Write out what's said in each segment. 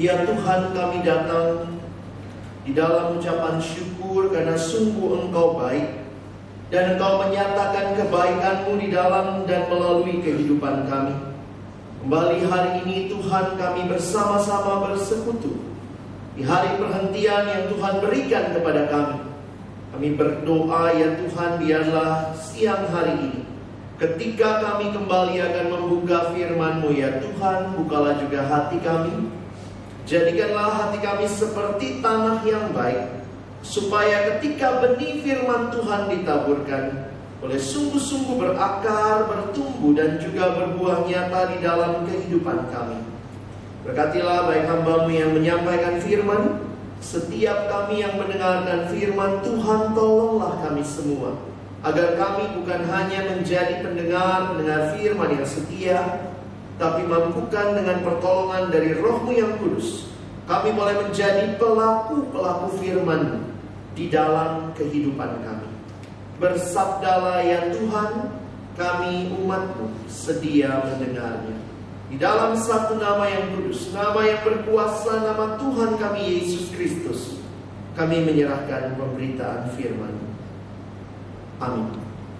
Ya Tuhan, kami datang di dalam ucapan syukur karena sungguh Engkau baik dan Engkau menyatakan kebaikan-Mu di dalam dan melalui kehidupan kami. Kembali hari ini Tuhan, kami bersama-sama bersekutu di hari perhentian yang Tuhan berikan kepada kami. Kami berdoa, ya Tuhan, biarlah siang hari ini ketika kami kembali akan membuka firman-Mu, ya Tuhan, bukalah juga hati kami. Jadikanlah hati kami seperti tanah yang baik, supaya ketika benih firman Tuhan ditaburkan, boleh sungguh-sungguh berakar, bertumbuh, dan juga berbuah nyata di dalam kehidupan kami. Berkatilah baik hamba-Mu yang menyampaikan firman, setiap kami yang mendengarkan firman Tuhan, tolonglah kami semua, agar kami bukan hanya menjadi pendengar firman yang setia, tapi mampukan dengan pertolongan dari Roh-Mu yang kudus, kami boleh menjadi pelaku-pelaku firman di dalam kehidupan kami. Bersabdalah ya Tuhan, kami umat-Mu sedia mendengarnya. Di dalam satu nama yang kudus, nama yang berkuasa, nama Tuhan kami Yesus Kristus, kami menyerahkan pemberitaan firman. Amin.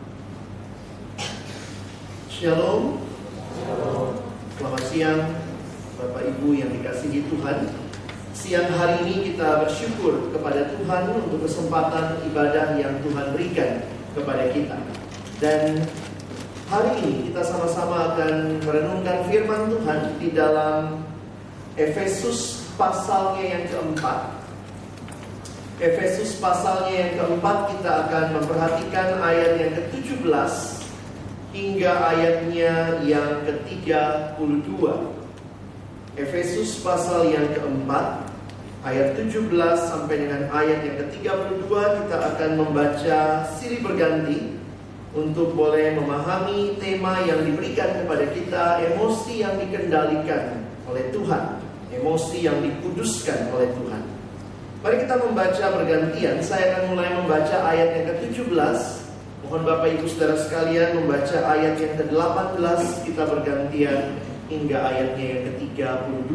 Shalom. Selamat siang Bapak Ibu yang dikasihi Tuhan. Siang hari ini kita bersyukur kepada Tuhan untuk kesempatan ibadah yang Tuhan berikan kepada kita. Dan hari ini kita sama-sama akan merenungkan firman Tuhan di dalam Efesus pasalnya yang keempat. Efesus pasalnya yang keempat, kita akan memperhatikan ayat yang ke-17 hingga ayatnya yang ke-32. Efesus pasal yang keempat, ayat 17 sampai dengan ayat yang ke-32, kita akan membaca silih berganti untuk boleh memahami tema yang diberikan kepada kita, emosi yang dikendalikan oleh Tuhan, emosi yang dikuduskan oleh Tuhan. Mari kita membaca bergantian. Saya akan mulai membaca ayat yang ke-17. Mohon Bapak Ibu Saudara sekalian membaca ayat yang ke-18, kita bergantian hingga ayatnya yang ke-32.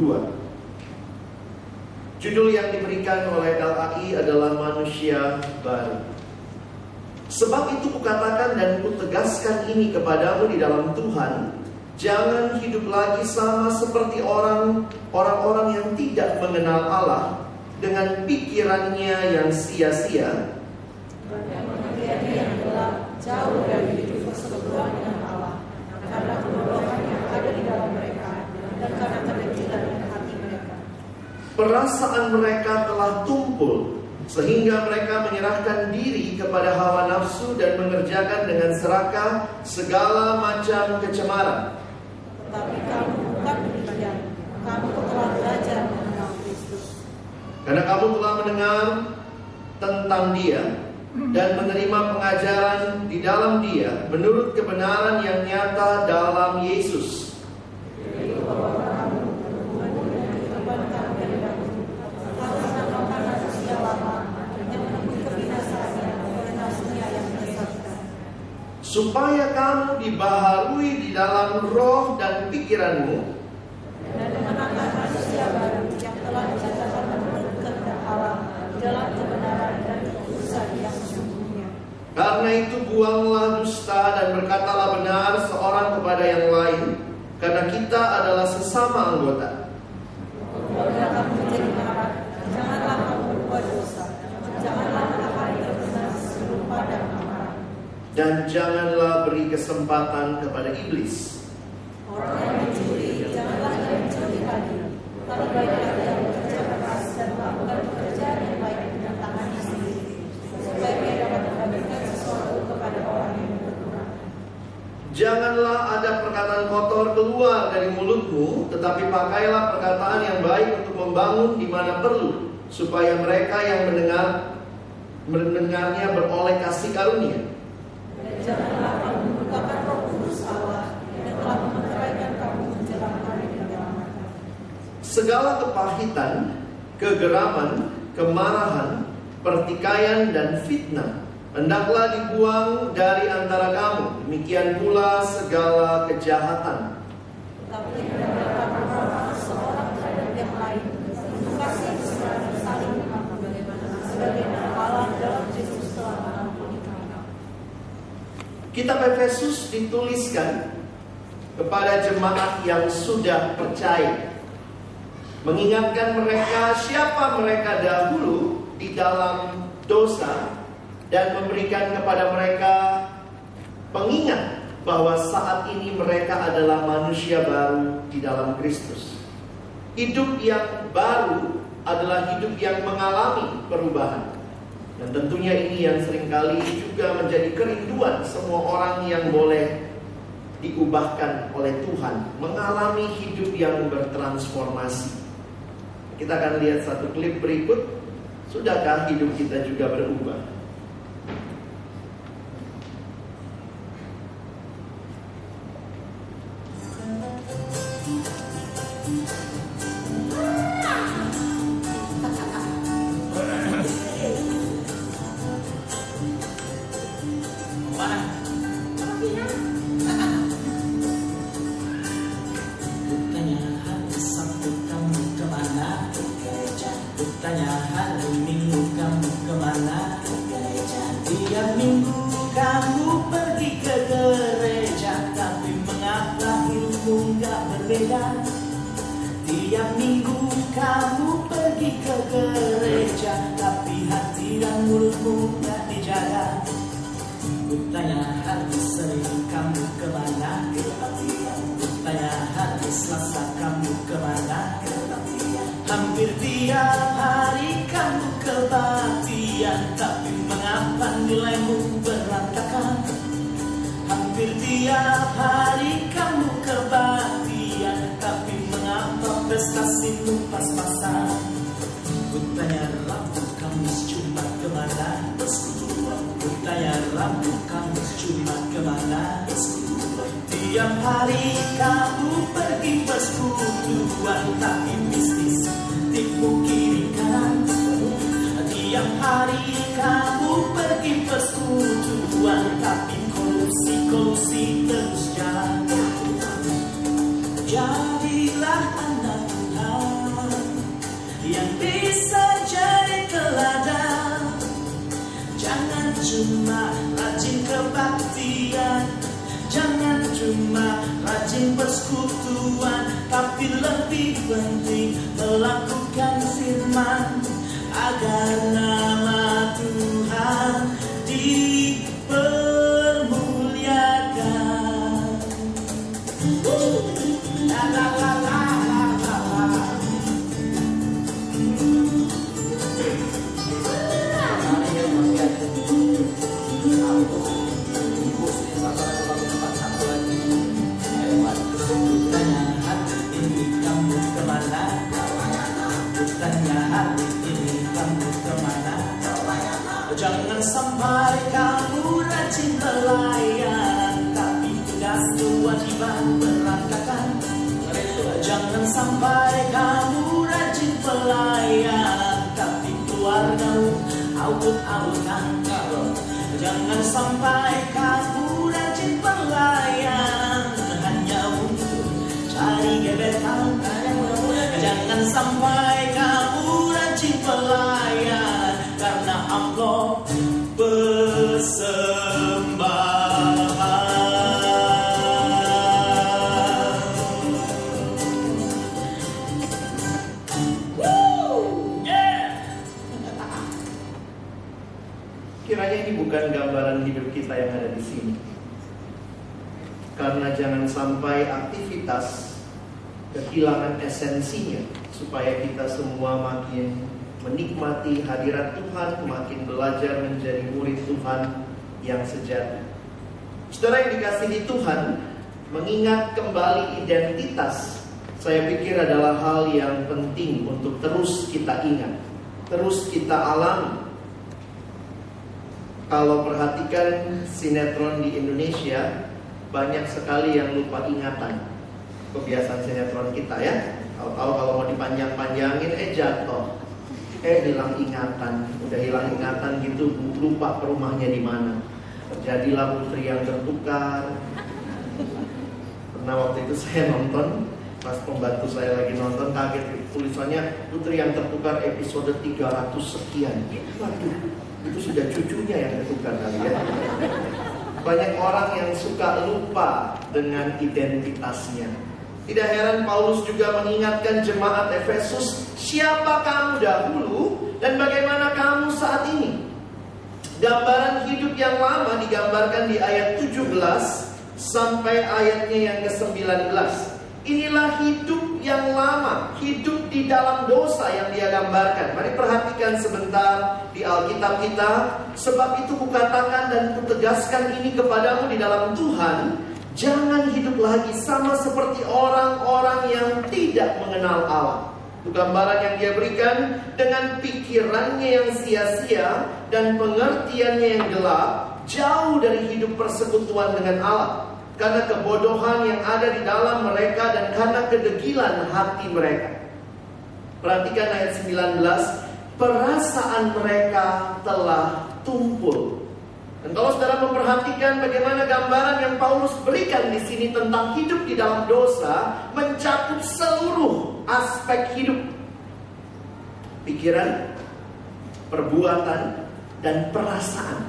Judul yang diberikan oleh LAI adalah Manusia Baru. Sebab itu kukatakan dan kutegaskan ini kepadamu di dalam Tuhan, jangan hidup lagi sama seperti orang-orang yang tidak mengenal Allah, dengan pikirannya yang sia-sia, yang gelap, jauh dari hidup persekutuan dengan Allah, karena kebodohan yang ada di dalam mereka, dan karena kebencian hati mereka. Perasaan mereka telah tumpul, sehingga mereka menyerahkan diri kepada hawa nafsu dan mengerjakan dengan serakah segala macam kecemaran. Tetapi kamu bukan demikian, kamu telah belajar mengenal Kristus. Karena kamu telah mendengar tentang Dia dan menerima pengajaran di dalam Dia menurut kebenaran yang nyata dalam Yesus. Supaya kamu dibaharui di dalam roh dan pikiranmu, dan mengenakan manusia baru yang telah diciptakan menurut kehendak Allah dalam kebenaran dan kekudusan yang sesungguhnya. Karena itu buanglah dusta dan berkatalah benar seorang kepada yang lain, karena kita adalah sesama anggota. Apabila kamu menjadi marah, janganlah kamu berbuat dosa, janganlah menghakimi kebenaran sebelum padam amarah, dan janganlah beri kesempatan kepada iblis. Orang yang mencuri, janganlah ia mencuri lagi, tapi baiklah ia bekerja keras dan melakukan pekerjaan yang baik dengan tangannya sendiri, supaya ia dapat memberikan sesuatu kepada orang yang berkurang. Janganlah ada perkataan kotor keluar dari mulutmu, tetapi pakailah perkataan yang baik untuk membangun di mana perlu, supaya mereka yang mendengarnya beroleh kasih karunia. Dan janganlah kamu melupakan Roh Kudus Allah yang telah mementeraikan kamu menjelang hari keselamatan. Segala kepahitan, kegeraman, kemarahan, pertikaian dan fitnah hendaklah dibuang dari antara kamu. Demikian pula segala kejahatan. Tapi hendaklah kamu seorang terhadap yang lain Kitab Efesus dituliskan kepada jemaat yang sudah percaya, mengingatkan mereka siapa mereka dahulu di dalam dosa, dan memberikan kepada mereka pengingat bahwa saat ini mereka adalah manusia baru di dalam Kristus. Hidup yang baru adalah hidup yang mengalami perubahan. Dan tentunya ini yang seringkali juga menjadi kerinduan semua orang yang boleh diubahkan oleh Tuhan, mengalami hidup yang bertransformasi. Kita akan lihat satu klip berikut. Sudahkah hidup kita juga berubah? Tiap minggu kamu pergi ke gereja, tapi hati dan mulutmu gak dijaga. Kutanya hari Senin kamu kemana? Kutanya hari Selasa kamu kemana? Hampir tiap hari kamu kebaktian, tapi mengapa nilaimu berantakan? Hampir tiap hari kamu kebaktian, tapi mengapa prestasimu pas-pasan? Kutanya Rabu, Kamis, Jumat kemana? Kutanya Rabu, Kamis, Jumat kemana? Tiap hari kamu pergi persekutuan, tapi bisnis tipu kiri kanan. Tiap hari kamu pergi persekutuan, tapi kolusi terus jalan. Jadilah anak Tuhan yang bisa jadi teladan. Jangan cuma rajin kebaktian, jangan cuma rajin persekutuan, tapi lebih penting melakukan firman agar nama Tuhan dipermuliakan. La la la la la la. Tanya hati ini kamu kemana? Tanya hati ini kamu kemana? Jangan sampai kamu rajin pelayan, tapi tugas kewajiban berantakan. Jangan sampai kamu rajin pelayan, tapi keluargamu aut-autan. Jangan sampai kamu rajin pelayan hanya untuk cari gebetan. Jangan sampai kamu rajin pelayan karena amplop persembahan. Kiranya ini bukan gambaran hidup kita yang ada di sini. Karena jangan sampai aktivitas kehilangan esensinya, supaya kita semua makin menikmati hadirat Tuhan, makin belajar menjadi murid Tuhan yang sejati. Saudara yang dikasihi Tuhan, mengingat kembali identitas, saya pikir adalah hal yang penting untuk terus kita ingat, terus kita alami. Kalau perhatikan sinetron di Indonesia, banyak sekali yang lupa ingatan. Kebiasaan sinetron kita ya. Tahu-tahu kalau mau dipanjang-panjangin, jatuh. Hilang ingatan. Udah hilang ingatan gitu, lupa ke rumahnya di mana. Terjadilah putri yang tertukar. Pernah waktu itu saya nonton, pas pembantu saya lagi nonton, kaget tulisannya putri yang tertukar episode 300 sekian. Waduh, itu sudah cucunya yang tertukar kali ya. banyak orang yang suka lupa dengan identitasnya. Tidak heran Paulus juga mengingatkan jemaat Efesus, siapa kamu dahulu dan bagaimana kamu saat ini. Gambaran hidup yang lama digambarkan di ayat 17 sampai ayatnya yang ke-19. Inilah hidup yang lama, hidup di dalam dosa yang dia gambarkan. Mari perhatikan sebentar di Alkitab kita. Sebab itu kukatakan dan kutegaskan ini kepadamu di dalam Tuhan, jangan hidup lagi sama seperti orang-orang yang tidak mengenal Allah. Itu gambaran yang dia berikan dengan pikirannya yang sia-sia dan pengertiannya yang gelap, jauh dari hidup persekutuan dengan Allah. Karena kebodohan yang ada di dalam mereka dan karena kedegilan hati mereka. Perhatikan ayat 19. Perasaan mereka telah tumpul. Dan kalau saudara memperhatikan bagaimana gambaran yang Paulus berikan di sini tentang hidup di dalam dosa, mencakup seluruh aspek hidup. Pikiran, perbuatan, dan perasaan.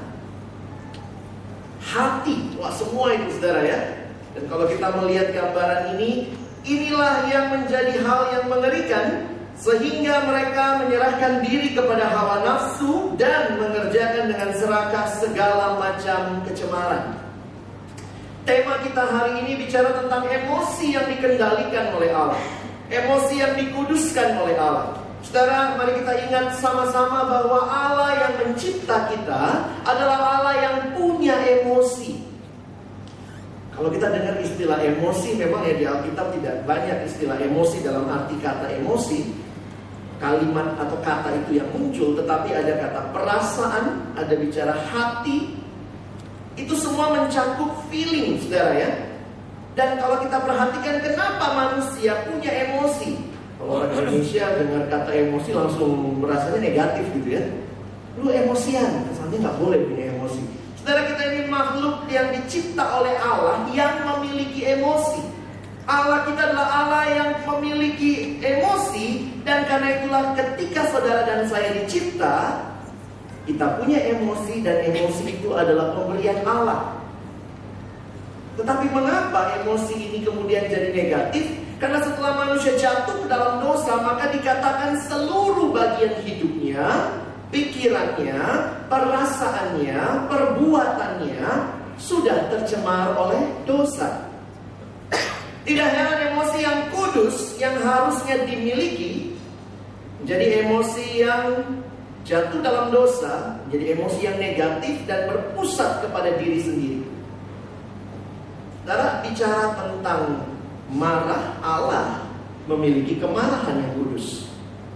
Hati, wah semua itu saudara ya. Dan kalau kita melihat gambaran ini, inilah yang menjadi hal yang mengerikan, sehingga mereka menyerahkan diri kepada hawa nafsu dan mengerjakan dengan serakah segala macam kecemaran. Tema kita hari ini bicara tentang emosi yang dikendalikan oleh Allah, emosi yang dikuduskan oleh Allah. Saudara, mari kita ingat sama-sama bahwa Allah yang mencipta kita adalah Allah yang punya emosi. Kalau kita dengar istilah emosi, memang ya di Alkitab tidak banyak istilah emosi dalam arti kata emosi, kalimat atau kata itu yang muncul, tetapi ada kata perasaan, ada bicara hati. Itu semua mencakup feeling, saudara ya. Dan kalau kita perhatikan kenapa manusia punya emosi. Kalau orang Indonesia dengar kata emosi langsung merasanya negatif gitu ya. Lu emosian, kesannya nggak boleh punya emosi. Saudara, kita ini makhluk yang dicipta oleh Allah yang memiliki emosi. Allah kita adalah Allah yang memiliki emosi. Dan karena itulah ketika saudara dan saya dicipta, kita punya emosi, dan emosi itu adalah pemberian Allah. Tetapi mengapa emosi ini kemudian jadi negatif? Karena setelah manusia jatuh ke dalam dosa, maka dikatakan seluruh bagian hidupnya, pikirannya, perasaannya, perbuatannya sudah tercemar oleh dosa. Tidak heran emosi yang kudus yang harusnya dimiliki menjadi emosi yang jatuh dalam dosa, menjadi emosi yang negatif dan berpusat kepada diri sendiri. Saudara, bicara tentang marah, Allah memiliki kemarahan yang kudus.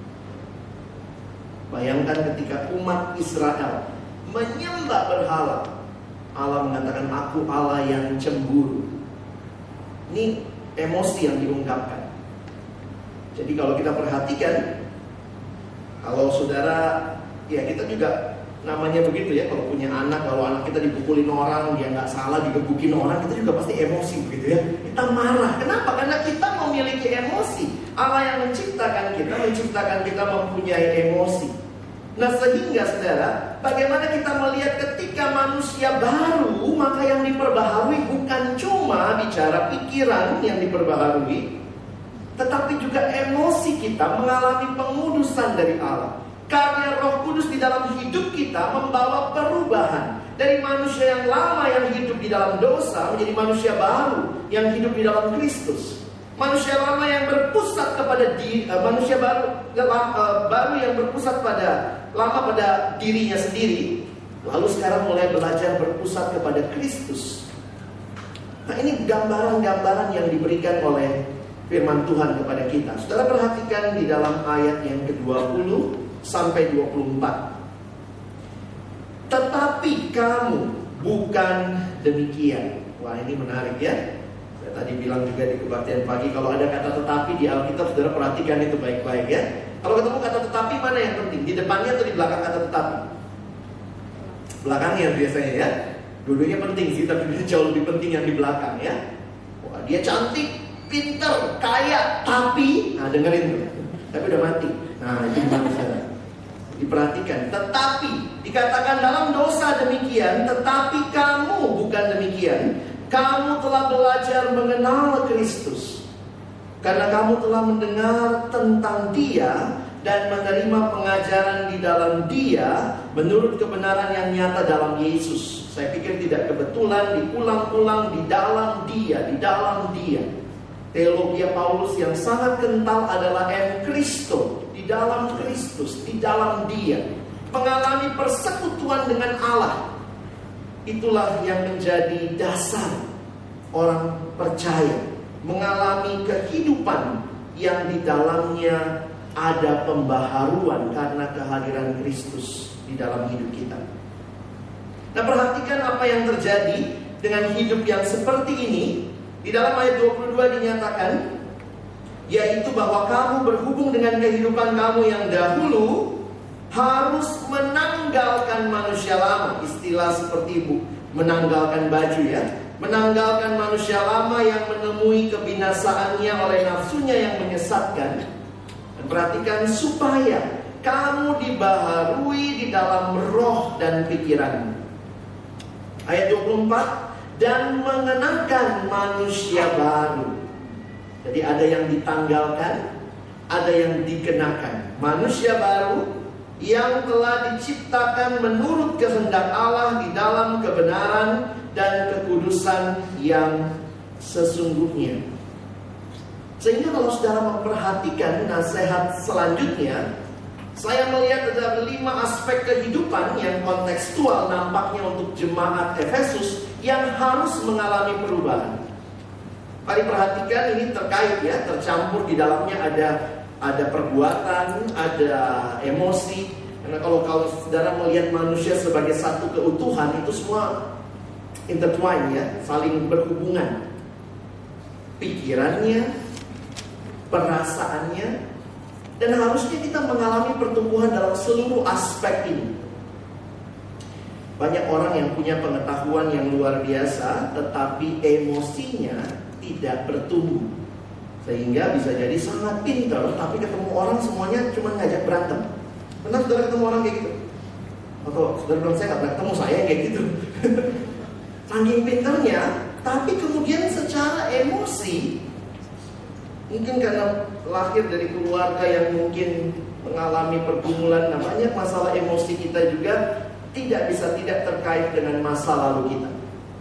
Bayangkan ketika umat Israel menyembah berhala, Allah mengatakan, aku Allah yang cemburu. Ini emosi yang diungkapkan. Jadi kalau kita perhatikan, kalau saudara, ya kita juga namanya begitu ya, kalau punya anak, kalau anak kita dipukulin orang, dia nggak salah, digebukin orang, kita juga pasti emosi begitu ya. Kita marah. Kenapa? Karena kita memiliki emosi. Allah yang menciptakan kita mempunyai emosi. Nah sehingga saudara, bagaimana kita melihat ketika manusia baru, maka yang diperbaharui bukan cuma bicara pikiran yang diperbaharui, tetapi juga emosi kita mengalami pengudusan dari Allah. Karya Roh Kudus di dalam hidup kita membawa perubahan dari manusia yang lama yang hidup di dalam dosa menjadi manusia baru yang hidup di dalam Kristus. Manusia lama yang berpusat kepada manusia baru yang berpusat pada dirinya sendiri, lalu sekarang mulai belajar berpusat kepada Kristus. Nah, ini gambaran-gambaran yang diberikan oleh firman Tuhan kepada kita. Saudara perhatikan di dalam ayat yang ke-20 sampai 24. Tetapi kamu bukan demikian. Wah, ini menarik ya. Saya tadi bilang juga di kebaktian pagi, kalau ada kata tetapi di Alkitab, saudara perhatikan itu baik-baik ya. Kalau ketemu kata tetapi, mana yang penting? Di depannya atau di belakang kata tetapi? Belakangnya biasanya ya. Dua-duanya penting sih, tapi dia jauh lebih penting yang di belakang ya. Wah, dia cantik, pinter, kaya, tapi, nah dengerin tuh, tapi udah mati. Nah itu gimana saudara? Di Diperhatikan, tetapi dikatakan dalam dosa demikian, tetapi kamu bukan demikian. Kamu telah belajar mengenal Kristus, karena kamu telah mendengar tentang Dia dan menerima pengajaran di dalam Dia menurut kebenaran yang nyata dalam Yesus. Saya pikir tidak kebetulan diulang-ulang, di dalam Dia, di dalam Dia. Teologi Paulus yang sangat kental adalah en Christo, di dalam Kristus, di dalam Dia. Mengalami persekutuan dengan Allah. Itulah yang menjadi dasar orang percaya. Mengalami kehidupan yang di dalamnya ada pembaharuan karena kehadiran Kristus di dalam hidup kita. Nah, perhatikan apa yang terjadi dengan hidup yang seperti ini. Di dalam ayat 22 dinyatakan, yaitu bahwa kamu berhubung dengan kehidupan kamu yang dahulu harus menanggalkan manusia lama. Istilah seperti menanggalkan baju ya. Menanggalkan manusia lama yang menemui kebinasaannya oleh nafsunya yang menyesatkan. Dan perhatikan, supaya kamu dibaharui di dalam roh dan pikiran. Ayat 24, dan mengenakan manusia baru. Jadi ada yang ditanggalkan, ada yang dikenakan. Manusia baru yang telah diciptakan menurut kehendak Allah di dalam kebenaran dan kekudusan yang sesungguhnya. Sehingga kalau saudara memperhatikan nasihat selanjutnya, saya melihat ada 5 aspek kehidupan yang kontekstual nampaknya untuk jemaat Efesus yang harus mengalami perubahan. Mari perhatikan, ini terkait ya, tercampur di dalamnya ada perbuatan, ada emosi. Karena kalau saudara melihat manusia sebagai satu keutuhan, itu semua intertwine ya, saling berhubungan. Pikirannya, perasaannya, dan harusnya kita mengalami pertumbuhan dalam seluruh aspek ini. Banyak orang yang punya pengetahuan yang luar biasa, tetapi emosinya tidak bertumbuh. Sehingga bisa jadi sangat pintar, tapi ketemu orang semuanya cuma ngajak berantem. Pernah saudara ketemu orang kayak gitu? Atau saudara bilang, saya gak pernah ketemu saya kayak gitu. Saking pintarnya, tapi kemudian secara emosi, mungkin karena lahir dari keluarga yang mungkin mengalami pergumulan, namanya masalah emosi kita juga tidak bisa tidak terkait dengan masa lalu kita.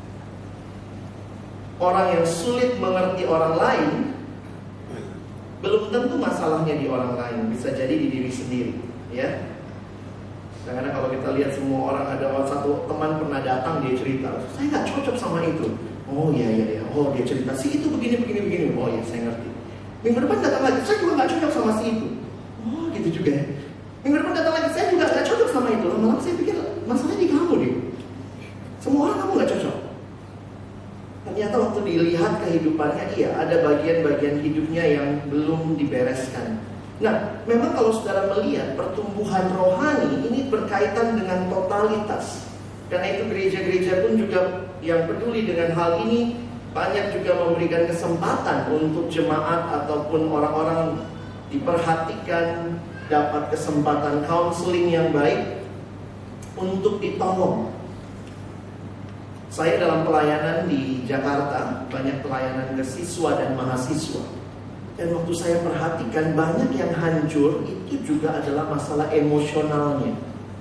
Orang yang sulit mengerti orang lain, belum tentu masalahnya di orang lain, bisa jadi di diri sendiri, ya. Karena kalau kita lihat semua orang, ada satu teman pernah datang, dia cerita, saya nggak cocok sama itu. Oh iya, oh dia cerita, si itu begini. Oh iya, saya ngerti. Minggu depan datang lagi, saya juga nggak cocok sama si itu. Oh gitu juga ya. Minggu depan datang lagi, saya juga nggak cocok sama itu. Lama-lama saya pikir masalahnya di kamu deh. Semua orang kamu nggak cocok. Ternyata waktu dilihat kehidupannya, iya ada bagian-bagian hidupnya yang belum dibereskan. Nah, memang kalau saudara melihat pertumbuhan rohani ini berkaitan dengan totalitas. Karena itu gereja-gereja pun juga yang peduli dengan hal ini banyak juga memberikan kesempatan untuk jemaat ataupun orang-orang diperhatikan, dapat kesempatan counseling yang baik untuk ditolong. Saya dalam pelayanan di Jakarta, banyak pelayanan ke siswa dan mahasiswa. Dan waktu saya perhatikan, banyak yang hancur itu juga adalah masalah emosionalnya.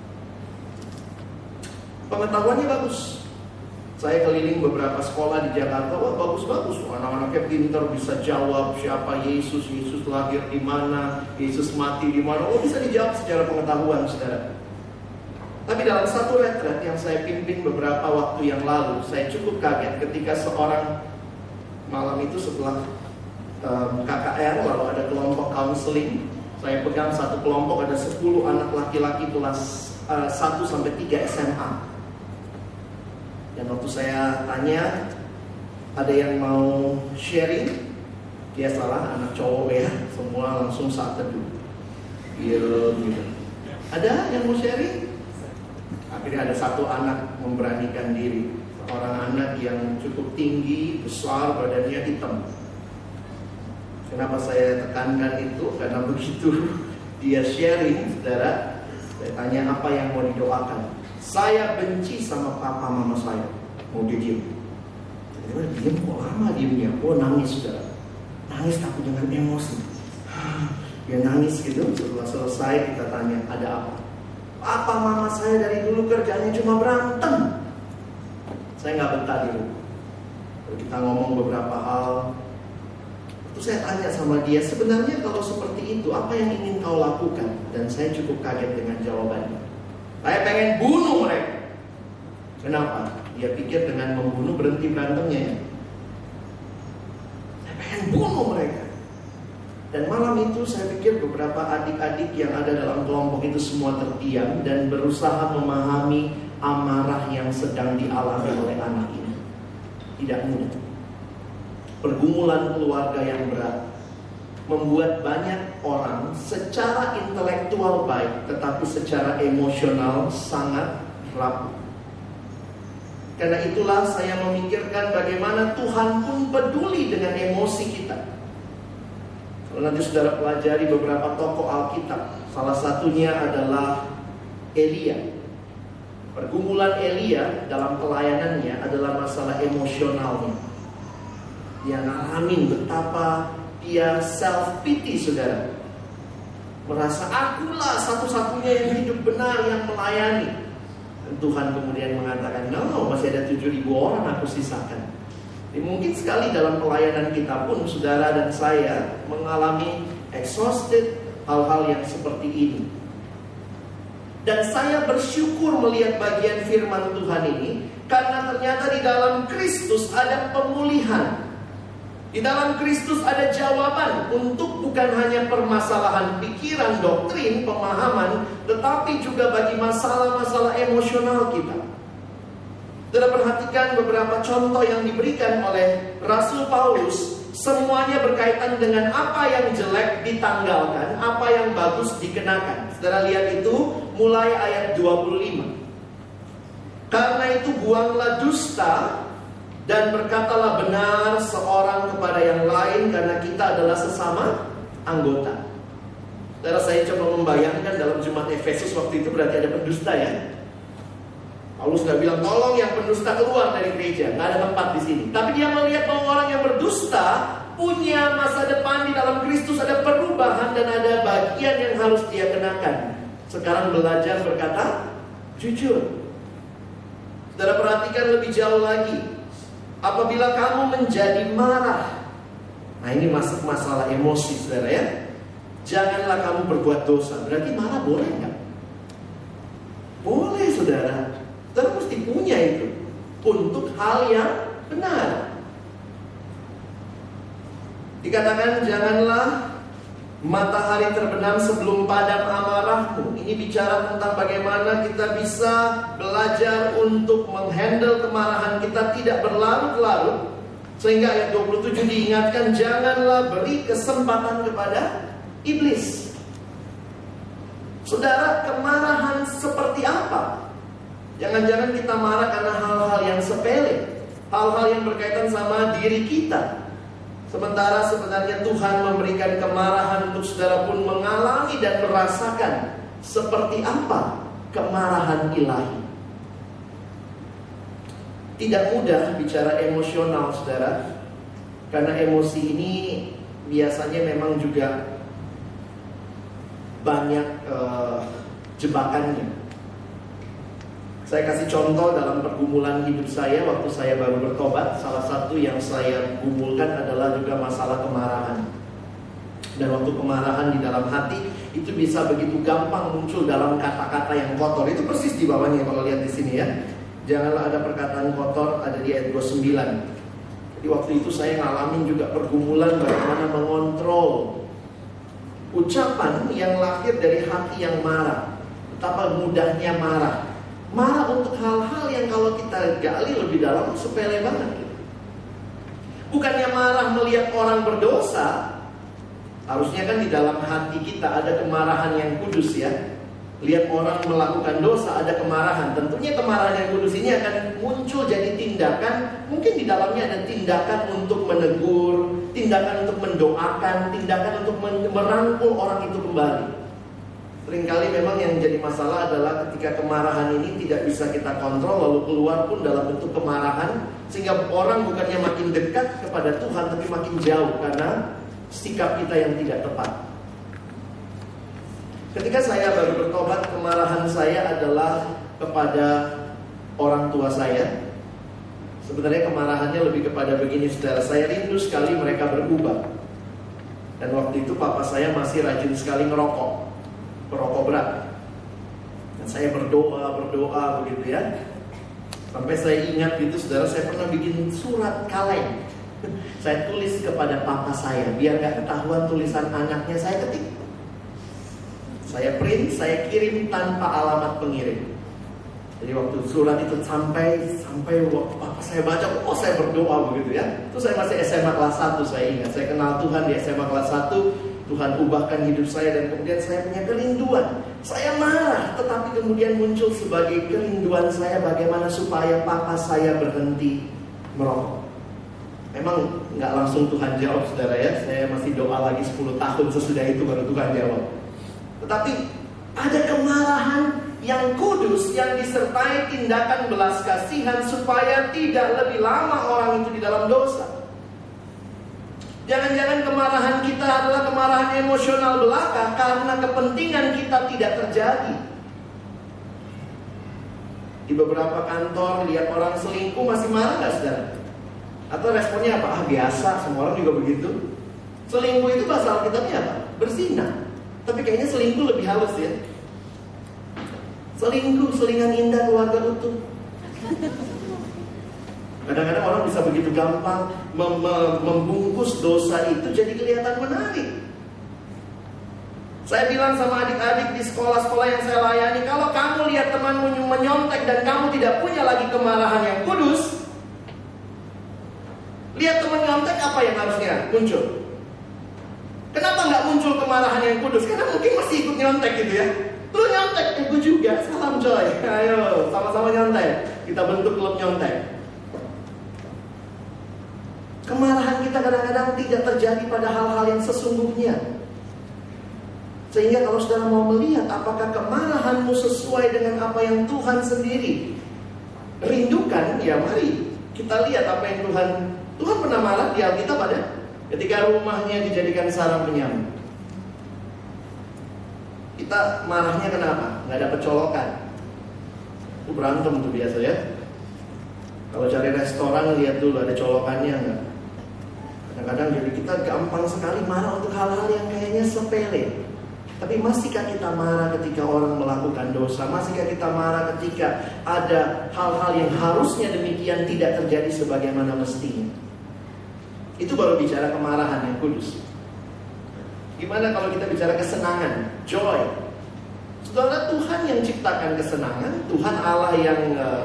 Pengetahuannya bagus. Saya keliling beberapa sekolah di Jakarta, wah bagus-bagus, anak-anaknya pintar, bisa jawab siapa Yesus lahir di mana, Yesus mati di mana, oh bisa dijawab secara pengetahuan, saudara. Tapi dalam satu retret yang saya pimpin beberapa waktu yang lalu, saya cukup kaget ketika seorang malam itu setelah KKR, lalu ada kelompok counseling. Saya pegang satu kelompok, ada 10 anak laki-laki kelas 1 sampai 3 SMA. Dan waktu saya tanya, ada yang mau sharing, dia salah, anak cowok ya, semua langsung saat teduh. Gitu. Ada yang mau sharing? Akhirnya ada satu anak memberanikan diri. Seorang anak yang cukup tinggi, besar, badannya hitam. Kenapa saya tekankan itu? Karena begitu dia sharing, saudara, Saya tanya, apa yang mau didoakan? Saya benci sama papa mama saya. Mau dia diam. Tiba-tiba diam, kok lama diamnya? Oh, nangis saudara. Nangis tapi dengan emosi. Dia nangis gitu. Setelah selesai kita tanya, ada apa? Papa mama saya dari dulu kerjanya cuma berantem. Saya nggak betah di rumah. Kita ngomong beberapa hal. Terus saya tanya sama dia, sebenarnya kalau seperti itu, apa yang ingin kau lakukan? Dan saya cukup kaget dengan jawabannya. Saya pengen bunuh mereka. Kenapa? Dia pikir dengan membunuh berhenti berantemnya ya. Saya pengen bunuh mereka. Dan malam itu saya pikir beberapa adik-adik yang ada dalam kelompok itu semua terdiam dan berusaha memahami amarah yang sedang dialami oleh anak ini. Tidak mudah. Pergumulan keluarga yang berat membuat banyak orang secara intelektual baik, tetapi secara emosional sangat rapuh. Karena itulah saya memikirkan bagaimana Tuhan pun peduli dengan emosi kita. Kalau nanti saudara pelajari beberapa tokoh Alkitab, salah satunya adalah Elia. Pergumulan Elia dalam pelayanannya adalah masalah emosionalnya. Dia ngalamin betapa dia self pity, saudara. Merasa akulah satu-satunya yang hidup benar, yang melayani. Dan Tuhan kemudian mengatakan, no, masih ada 7.000 orang aku sisakan. Jadi mungkin sekali dalam pelayanan kita pun, saudara dan saya mengalami exhausted, hal-hal yang seperti ini. Dan saya bersyukur melihat bagian firman Tuhan ini, karena ternyata di dalam Kristus ada pemulihan. Di dalam Kristus ada jawaban untuk bukan hanya permasalahan pikiran, doktrin, pemahaman, tetapi juga bagi masalah-masalah emosional kita. Saudara perhatikan beberapa contoh yang diberikan oleh Rasul Paulus. Semuanya berkaitan dengan apa yang jelek ditanggalkan, apa yang bagus dikenakan. Saudara lihat itu mulai ayat 25. Karena itu buanglah dusta dan berkatalah benar seorang kepada yang lain, karena kita adalah sesama anggota. Saudara, saya coba membayangkan dalam Jemaat Efesus waktu itu berarti ada pendusta ya. Paulus gak bilang tolong yang pendusta keluar dari gereja, gak ada tempat di sini. Tapi dia melihat bahwa orang yang berdusta punya masa depan di dalam Kristus, ada perubahan dan ada bagian yang harus dia kenakan. Sekarang belajar berkata jujur. Saudara perhatikan lebih jauh lagi. Apabila kamu menjadi marah, nah ini masuk masalah emosi, saudara ya. Janganlah kamu berbuat dosa. Berarti marah boleh nggak? Boleh, saudara. Saudara mesti punya itu untuk hal yang benar. Dikatakan janganlah matahari terbenam sebelum padam amarahmu. Ini bicara tentang bagaimana kita bisa belajar untuk menghandle kemarahan kita tidak berlarut-larut. Sehingga ayat 27 diingatkan, janganlah beri kesempatan kepada iblis. Saudara, kemarahan seperti apa? Jangan-jangan kita marah karena hal-hal yang sepele, hal-hal yang berkaitan sama diri kita. Sementara sebenarnya Tuhan memberikan kemarahan untuk saudara pun mengalami dan merasakan seperti apa kemarahan ilahi. Tidak mudah bicara emosional, saudara, karena emosi ini biasanya memang juga banyak jebakannya. Saya kasih contoh dalam pergumulan hidup saya waktu saya baru bertobat. Salah satu yang saya gumulkan adalah juga masalah kemarahan. Dan waktu kemarahan di dalam hati itu bisa begitu gampang muncul dalam kata-kata yang kotor. Itu persis di bawahnya kalau lihat di sini ya. Janganlah ada perkataan kotor, ada di ayat 29. Jadi waktu itu saya ngalamin juga pergumulan bagaimana mengontrol ucapan yang lahir dari hati yang marah. Betapa mudahnya marah. Marah untuk hal-hal yang kalau kita gali lebih dalam sepele banget. Bukannya marah melihat orang berdosa. Harusnya kan di dalam hati kita ada kemarahan yang kudus ya. Lihat orang melakukan dosa ada kemarahan. Tentunya kemarahan yang kudus ini akan muncul jadi tindakan. Mungkin di dalamnya ada tindakan untuk menegur, tindakan untuk mendoakan, tindakan untuk merangkul orang itu kembali. Seringkali memang yang jadi masalah adalah ketika kemarahan ini tidak bisa kita kontrol, lalu keluar pun dalam bentuk kemarahan, sehingga orang bukannya makin dekat kepada Tuhan, tapi makin jauh karena sikap kita yang tidak tepat. Ketika saya baru bertobat, kemarahan saya adalah kepada orang tua saya. Sebenarnya kemarahannya lebih kepada begini, saudara. Saya rindu sekali mereka berubah. Dan waktu itu papa saya masih rajin sekali merokok berat. Dan saya berdoa begitu ya. Sampai saya ingat gitu, saudara, saya pernah bikin surat kaleng. Saya tulis kepada papa saya, biar gak ketahuan tulisan anaknya, saya ketik. Saya print, saya kirim tanpa alamat pengirim. Jadi waktu surat itu sampai waktu papa saya baca, oh saya berdoa begitu ya. Itu saya masih SMA kelas 1, saya ingat. Saya kenal Tuhan di SMA kelas 1. Tuhan ubahkan hidup saya dan kemudian saya punya kerinduan. Saya marah, tetapi kemudian muncul sebagai kerinduan saya bagaimana supaya papa saya berhenti merokok. Memang nggak langsung Tuhan jawab, saudara ya. Saya masih doa lagi 10 tahun sesudah itu baru Tuhan jawab. Tetapi ada kemarahan yang kudus yang disertai tindakan belas kasihan supaya tidak lebih lama orang itu di dalam dosa. Jangan-jangan kemarahan kita adalah kemarahan emosional belaka karena kepentingan kita tidak terjadi. Di beberapa kantor lihat orang selingkuh masih marah nggak, saudara? Atau responnya apa? Biasa, semua orang juga begitu. Selingkuh itu bahasa Alkitabnya apa? Berzina. Tapi kayaknya selingkuh lebih halus ya. Selingkuh, selingan indah keluarga utuh. Kadang-kadang orang bisa begitu gampang membungkus dosa itu jadi kelihatan menarik. Saya bilang sama adik-adik di sekolah-sekolah yang saya layani, kalau kamu lihat temanmu menyontek dan kamu tidak punya lagi kemarahan yang kudus, lihat teman nyontek, apa yang harusnya muncul? Kenapa nggak muncul kemarahan yang kudus? Karena mungkin masih ikut nyontek gitu ya. Lu nyontek, gue juga, salam coy. Ayo, sama-sama nyontek. Kita bentuk klub nyontek. Kemarahan kita kadang-kadang tidak terjadi pada hal-hal yang sesungguhnya. Sehingga kalau saudara mau melihat apakah kemarahanmu sesuai dengan apa yang Tuhan sendiri rindukan, ya mari kita lihat apa yang Tuhan pernah marah di Alkitab ada ketika rumahnya dijadikan sarang penyamar. Kita marahnya kenapa? Nggak ada pecolokan. Itu berantem tuh biasa ya. Kalau cari restoran lihat dulu ada colokannya nggak. Kadang-kadang jadi kita gampang sekali marah untuk hal-hal yang kayaknya sepele. Tapi masihkah kita marah ketika orang melakukan dosa? Masihkah kita marah ketika ada hal-hal yang harusnya demikian tidak terjadi sebagaimana mestinya? Itu baru bicara kemarahan yang kudus. Gimana kalau kita bicara kesenangan? Joy. Saudara, Tuhan yang ciptakan kesenangan, Tuhan Allah yang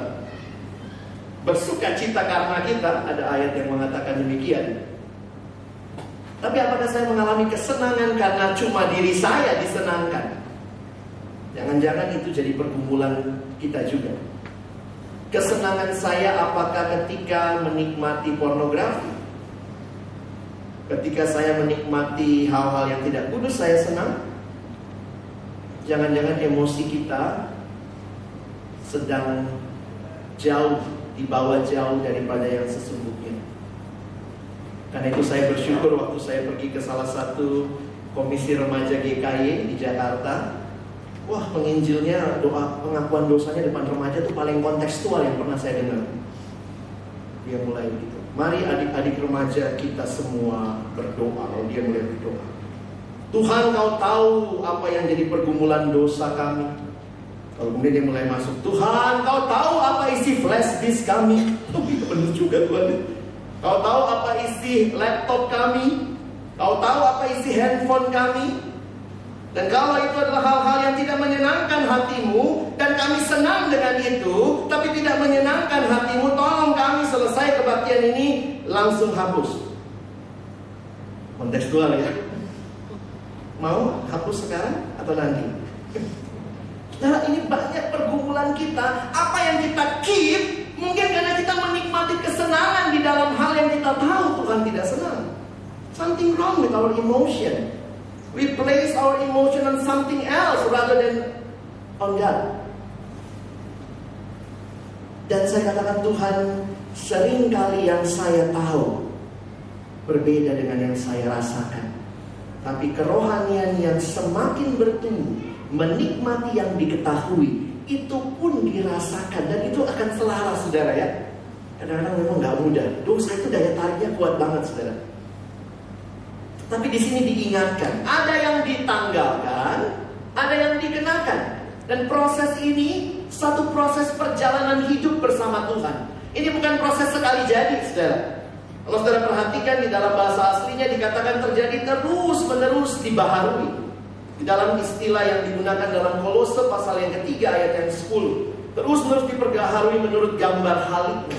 bersuka cita karena kita. Ada ayat yang mengatakan demikian. Tapi apakah saya mengalami kesenangan karena cuma diri saya disenangkan? Jangan-jangan itu jadi pergumulan kita juga. Kesenangan saya apakah ketika menikmati pornografi? Ketika saya menikmati hal-hal yang tidak kudus, saya senang? Jangan-jangan emosi kita sedang jauh, dibawa jauh daripada yang sesungguhnya. Karena itu saya bersyukur waktu saya pergi ke salah satu komisi remaja GKY di Jakarta. Wah, penginjilnya doa pengakuan dosanya depan remaja itu paling kontekstual yang pernah saya dengar. Dia mulai begitu. Mari adik-adik remaja kita semua berdoa. Lalu dia mulai berdoa. Tuhan, Kau tahu apa yang jadi pergumulan dosa kami. Lalu kemudian dia mulai masuk. Tuhan, Kau tahu apa isi flash disk kami. Oh iya benar juga Tuhan. Kau tahu apa isi laptop kami. Kau tahu apa isi handphone kami. Dan kalau itu adalah hal-hal yang tidak menyenangkan hatimu, dan kami senang dengan itu, tapi tidak menyenangkan hatimu, tolong kami selesai kebaktian ini langsung hapus. Kontekstual ya. Mau hapus sekarang atau nanti? Nah, ini banyak pergumulan kita. Apa yang kita keep, mungkin karena kita menikmati kesenangan di dalam hal yang kita tahu Tuhan tidak senang. Something wrong with our emotion. We place our emotion on something else rather than on God. Dan saya katakan, Tuhan, seringkali yang saya tahu berbeda dengan yang saya rasakan. Tapi kerohanian yang semakin bertumbuh, menikmati yang diketahui, itu pun dirasakan. Dan itu akan selaras, saudara ya. Kadang-kadang memang gak mudah. Dosa itu daya tariknya kuat banget, saudara. Tapi di sini diingatkan, ada yang ditanggalkan, ada yang dikenakan. Dan proses ini satu proses perjalanan hidup bersama Tuhan. Ini bukan proses sekali jadi, saudara. Kalau saudara perhatikan di dalam bahasa aslinya dikatakan terjadi terus-menerus dibaharui. Di dalam istilah yang digunakan dalam Kolose pasal yang ketiga ayat yang 10. Terus-menerus diperbaharui menurut gambar haliknya.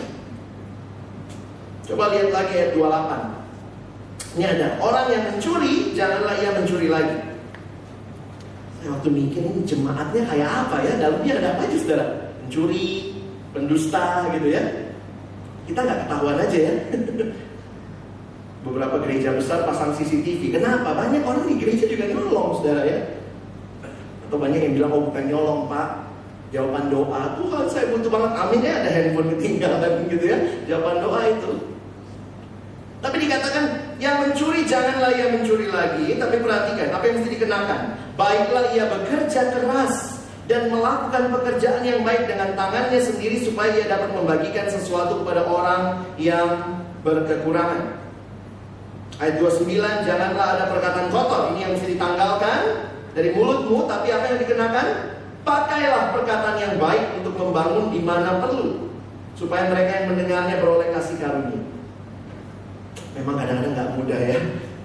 Coba lihat lagi ayat 28. Ini ada, orang yang mencuri, janganlah ia mencuri lagi. Saya waktu mikir ini jemaatnya kayak apa ya? Dalamnya ada apa aja, saudara? Mencuri, pendusta gitu ya. Kita nggak ketahuan aja ya. Beberapa gereja besar pasang CCTV. Kenapa? Banyak orang di gereja juga nyolong, saudara ya. Atau banyak yang bilang, oh bukan nyolong pak, jawaban doa. Tuhan saya butuh banget, amin ya, ada handphone ketinggalan gitu ya. Jawaban doa itu. Tapi dikatakan, yang mencuri janganlah ia mencuri lagi. Tapi perhatikan, apa yang mesti dikenakan? Baiklah ia bekerja keras dan melakukan pekerjaan yang baik dengan tangannya sendiri, supaya ia dapat membagikan sesuatu kepada orang yang berkekurangan. Ayat 29, janganlah ada perkataan kotor. Ini yang mesti ditanggalkan dari mulutmu. Tapi apa yang dikenakan? Pakailah perkataan yang baik untuk membangun di mana perlu, supaya mereka yang mendengarnya beroleh kasih karunia. Memang kadang-kadang gak mudah ya.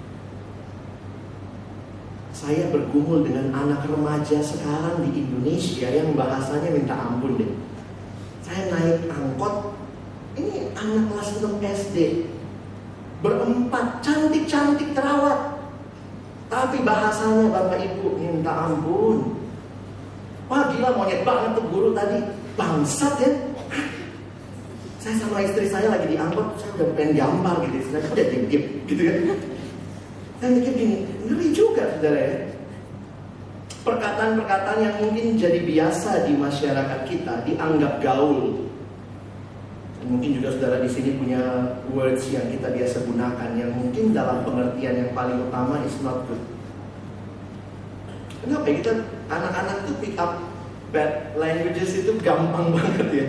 Saya bergumul dengan anak remaja sekarang di Indonesia yang bahasanya minta ampun deh. Saya naik angkot, ini anak kelas 6 SD, berempat, cantik-cantik terawat, tapi bahasanya Bapak Ibu minta ampun. Wah gila, monyet banget tuh guru tadi, bangsat ya. Saya sama istri saya lagi di angkot, saya udah pengen gampar gitu, saya udah diem gitu ya. Saya mikir gini, ngeri juga saudara ya. Perkataan-perkataan yang mungkin jadi biasa di masyarakat kita, dianggap gaul. Dan mungkin juga saudara di sini punya words yang kita biasa gunakan, yang mungkin dalam pengertian yang paling utama is not good. Kenapa ya kita anak-anak tuh pick up bad languages itu gampang banget ya.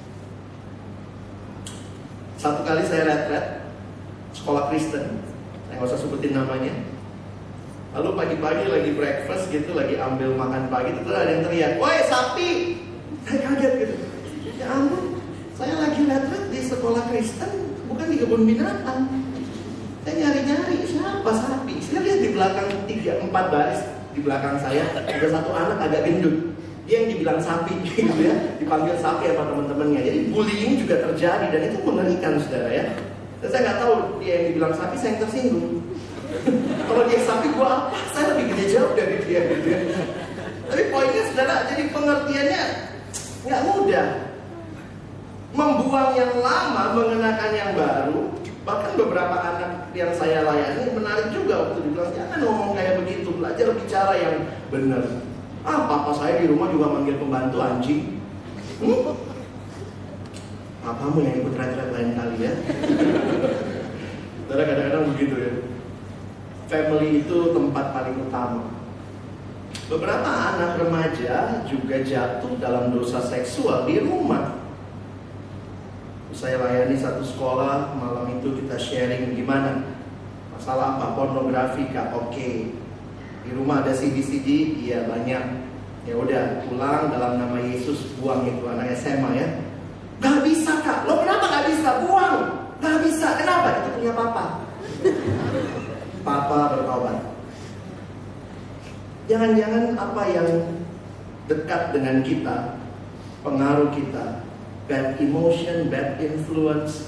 Satu kali saya retret sekolah Kristen, saya nggak usah sebutin namanya. Lalu pagi-pagi lagi breakfast gitu, lagi ambil makan pagi, terus ada yang teriak, "Woi sapi!" Saya kaget gitu. Ya ampun, saya lagi retret di sekolah Kristen, bukan di kebun binatang. Saya nyari-nyari siapa sapi. Saya lihat di belakang 3-4 baris di belakang saya ada satu anak agak gendut. Dia yang dibilang sapi gitu ya, dipanggil sapi sama teman-temannya. Jadi bullying juga terjadi dan itu mengerikan saudara ya. Dan saya nggak tahu dia yang dibilang sapi, saya yang tersinggung. Kalau dia sapi, gua apa? Saya lebih gede jauh dari dia gitu ya. Tapi poinnya saudara, jadi pengertiannya nggak mudah. Membuang yang lama, mengenakan yang baru. Bahkan beberapa anak yang saya layani menarik juga waktu dibilang, jangan ngomong kayak begitu, belajar bicara yang benar. Papa saya di rumah juga manggil pembantu anjing. Papamu yang ikut retret lain kali ya. Saudara kadang-kadang begitu ya. Family itu tempat paling utama. Beberapa anak remaja juga jatuh dalam dosa seksual di rumah. Saya layani satu sekolah, malam itu kita sharing gimana. Masalah apa? Pornografi kah? Oke. Di rumah ada CD-CD, iya banyak. Ya udah, pulang dalam nama Yesus, buang itu anak SMA ya. Gak bisa kak, lo kenapa gak bisa? Buang, gak bisa, kenapa? Itu punya papa. Papa bertobat. Jangan-jangan apa yang dekat dengan kita, pengaruh kita, bad emotion, bad influence.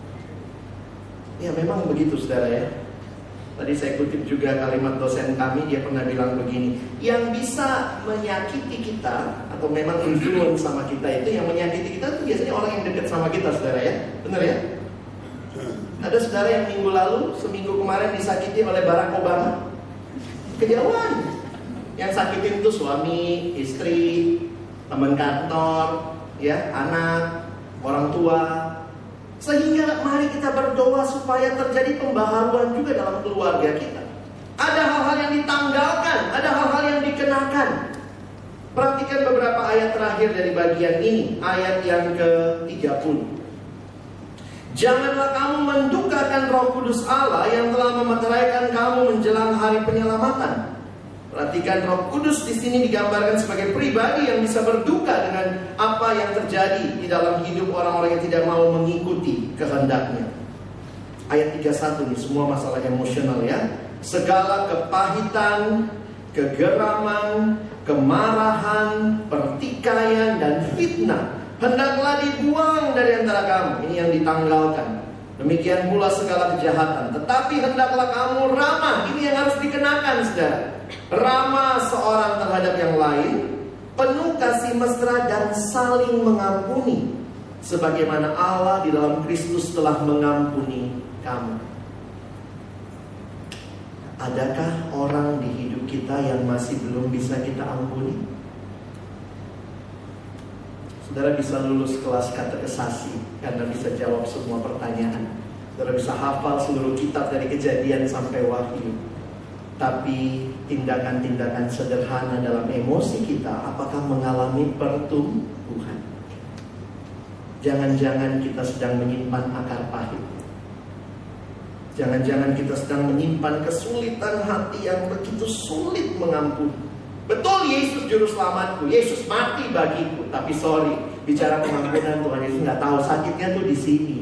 Ya memang begitu saudara ya. Tadi saya kutip juga kalimat dosen kami, dia pernah bilang begini, yang bisa menyakiti kita atau memang influence sama kita itu, yang menyakiti kita itu biasanya orang yang dekat sama kita saudara ya. Benar ya? Ada saudara yang minggu lalu, seminggu kemarin disakiti oleh Barack Obama. Kejauhan. Yang sakitin tuh suami, istri, teman kantor, ya, anak, orang tua. Sehingga mari kita berdoa supaya terjadi pembaharuan juga dalam keluarga kita. Ada hal-hal yang ditanggalkan, ada hal-hal yang dikenakan. Perhatikan beberapa ayat terakhir dari bagian ini, ayat yang ke-30. Janganlah kamu mendukakan Roh Kudus Allah yang telah memeteraikan kamu menjelang hari penyelamatan. Perhatikan, Roh Kudus di sini digambarkan sebagai pribadi yang bisa berduka dengan apa yang terjadi di dalam hidup orang-orang yang tidak mau mengikuti kehendaknya. Ayat 31 ini semua masalah emosional, ya. Segala kepahitan, kegeraman, kemarahan, pertikaian, dan fitnah hendaklah dibuang dari antara kamu. Ini yang ditanggalkan. Demikian pula segala kejahatan. Tetapi hendaklah kamu ramah. Ini yang harus dikenakan, saudara. Ramah seorang terhadap yang lain, penuh kasih mesra dan saling mengampuni, sebagaimana Allah di dalam Kristus telah mengampuni kamu. Adakah orang di hidup kita yang masih belum bisa kita ampuni? Saudara bisa lulus kelas katekesasi karena bisa jawab semua pertanyaan. Saudara bisa hafal seluruh kitab dari Kejadian sampai Wahyu. Tapi tindakan-tindakan sederhana dalam emosi kita, apakah mengalami pertumbuhan? Jangan-jangan kita sedang menyimpan akar pahit. Jangan-jangan kita sedang menyimpan kesulitan hati yang begitu sulit mengampuni. Betul, Yesus juru selamatku, Yesus mati bagiku. Tapi sorry, bicara pengampunan Tuhan Yesus nggak tahu sakitnya tuh di sini.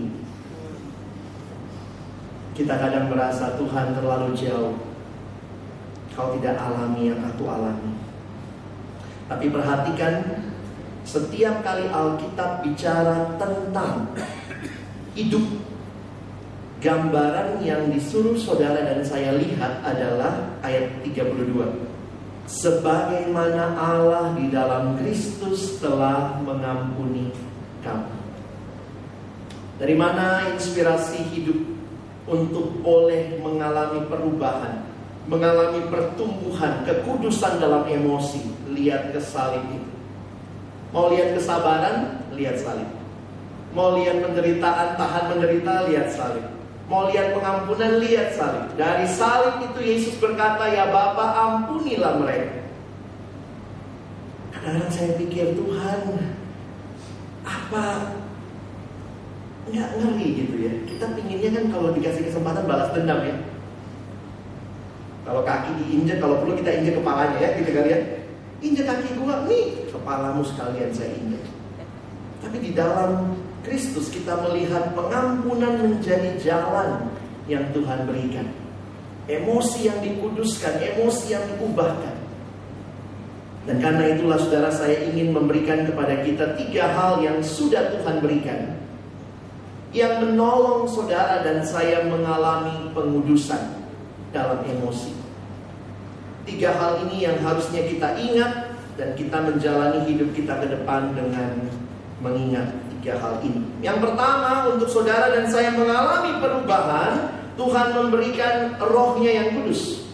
Kita kadang merasa Tuhan terlalu jauh. Kau tidak alami yang aku alami. Tapi perhatikan, setiap kali Alkitab bicara tentang hidup, gambaran yang disuruh saudara dan saya lihat adalah ayat 32. Sebagaimana Allah di dalam Kristus telah mengampuni kamu. Dari mana inspirasi hidup untuk boleh mengalami perubahan, mengalami pertumbuhan, kekudusan dalam emosi? Lihat ke salib itu. Mau lihat kesabaran? Lihat salib. Mau lihat penderitaan, tahan menderita? Lihat salib. Mau lihat pengampunan? Lihat salib. Dari salib itu Yesus berkata, ya Bapa, ampunilah mereka. Kadang-kadang saya pikir, Tuhan, apa nggak ngeri gitu ya? Kita pinginnya kan kalau dikasih kesempatan balas dendam, ya. Kalau kaki diinjek, kalau perlu kita injek kepalanya, ya, gitu kali ya. Injek kaki gua, nih kepalamu sekalian saya injek. Tapi di dalam Kristus kita melihat pengampunan menjadi jalan yang Tuhan berikan. Emosi yang dikuduskan, emosi yang diubahkan. Dan karena itulah saudara, saya ingin memberikan kepada kita 3 hal yang sudah Tuhan berikan, yang menolong saudara dan saya mengalami pengudusan dalam emosi. 3 hal ini yang harusnya kita ingat dan kita menjalani hidup kita ke depan dengan mengingat 3 hal ini. Yang pertama, untuk saudara dan saya mengalami perubahan, Tuhan memberikan Roh-Nya yang kudus.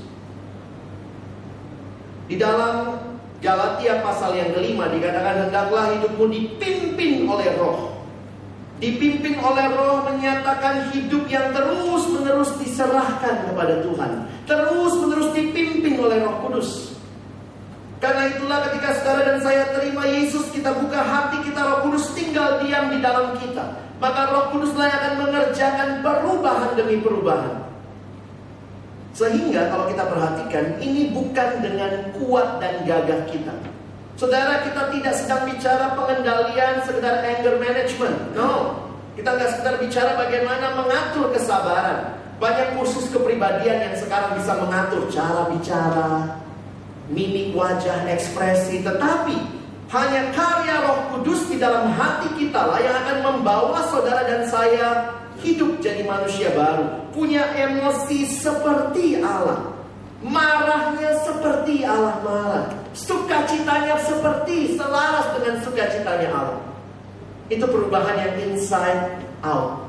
Di dalam Galatia pasal yang kelima dikatakan, hendaklah hidupmu dipimpin oleh Roh. Dipimpin oleh Roh menyatakan hidup yang terus-menerus diserahkan kepada Tuhan, terus-menerus dipimpin oleh Roh Kudus. Karena itulah ketika saudara dan saya terima Yesus, kita buka hati kita, Roh Kudus tinggal diam di dalam kita. Maka Roh Kuduslah yang akan mengerjakan perubahan demi perubahan. Sehingga kalau kita perhatikan, ini bukan dengan kuat dan gagah kita. Saudara, kita tidak sedang bicara pengendalian sekedar anger management. No, kita nggak sekedar bicara bagaimana mengatur kesabaran. Banyak kursus kepribadian yang sekarang bisa mengatur cara bicara, mimik wajah, ekspresi. Tetapi hanya karya Roh Kudus di dalam hati kita lah yang akan membawa saudara dan saya hidup jadi manusia baru, punya emosi seperti Allah, marahnya seperti Allah marah, sukacitanya seperti selaras dengan sukacitanya Allah. Itu perubahan yang inside out.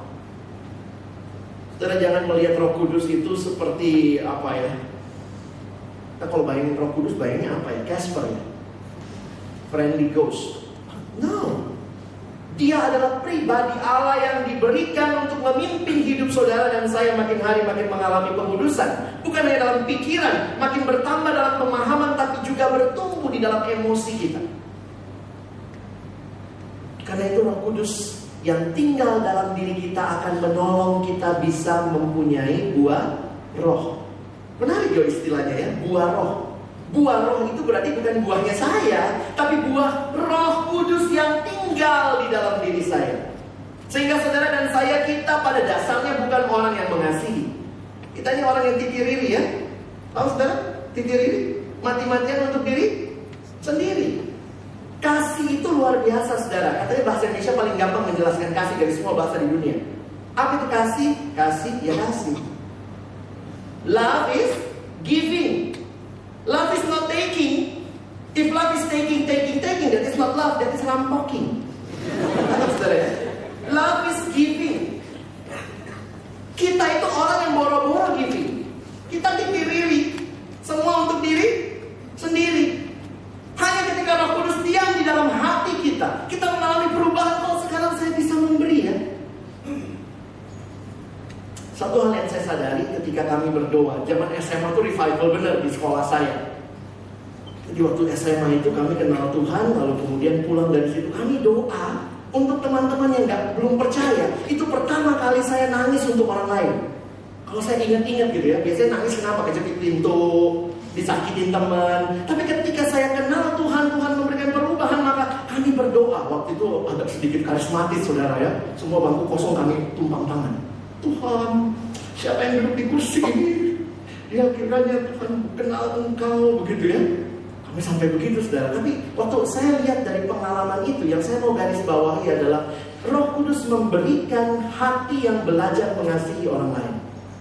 Saudara, jangan melihat Roh Kudus itu seperti apa ya, Nah, kalau bayangin Roh Kudus, bayangnya apa ya? Casper ya? Friendly ghost. No. Dia adalah pribadi Allah yang diberikan untuk memimpin hidup saudara dan saya makin hari makin mengalami pengudusan. Bukan hanya dalam pikiran, makin bertambah dalam pemahaman, tapi juga bertumbuh di dalam emosi kita. Karena itu Roh Kudus yang tinggal dalam diri kita akan menolong kita bisa mempunyai buah roh. Menarik ya istilahnya ya, buah roh. Buah roh itu berarti bukan buahnya saya, tapi buah Roh Kudus yang tinggal di dalam diri saya. Sehingga saudara dan saya, kita pada dasarnya bukan orang yang mengasihi. Kita ini orang yang titiriri ya. Tahu saudara? Titiriri, mati-matian untuk diri sendiri. Kasih itu luar biasa saudara. Katanya bahasa Indonesia paling gampang menjelaskan kasih dari semua bahasa di dunia. Apa itu kasih? Kasih ya kasih. Love is giving. Love is not taking. If love is taking, that is not love, that is rampoking. Saudara ya? Love is giving. Kita itu orang yang boro-boro giving. Kita ditiriri. Semua untuk diri sendiri. Hanya ketika Roh Kudus diam di dalam hati kita, kita mengalami perubahan. Kalau sekarang saya bisa memberi ya. Satu hal yang saya sadari ketika kami berdoa, zaman SMA itu revival benar di sekolah saya. Jadi waktu SMA itu kami kenal Tuhan, lalu kemudian pulang dari situ kami doa untuk teman-teman yang belum percaya. Itu pertama kali saya nangis untuk orang lain. Kalau saya ingat-ingat gitu ya, biasanya nangis kenapa? Kejepit pintu, disakitin teman. Tapi ketika saya kenal Tuhan, Tuhan memberikan perubahan, maka kami berdoa. Waktu itu agak sedikit karismatis saudara ya. Semua bangku kosong kami tumpang tangan. Tuhan, siapa yang duduk di kursi ini? Dia kiranya Tuhan kenal Engkau, begitu ya. Kami sampai begitu saudara. Tapi waktu saya lihat dari pengalaman itu, yang saya mau garis bawahi adalah Roh Kudus memberikan hati yang belajar mengasihi orang lain.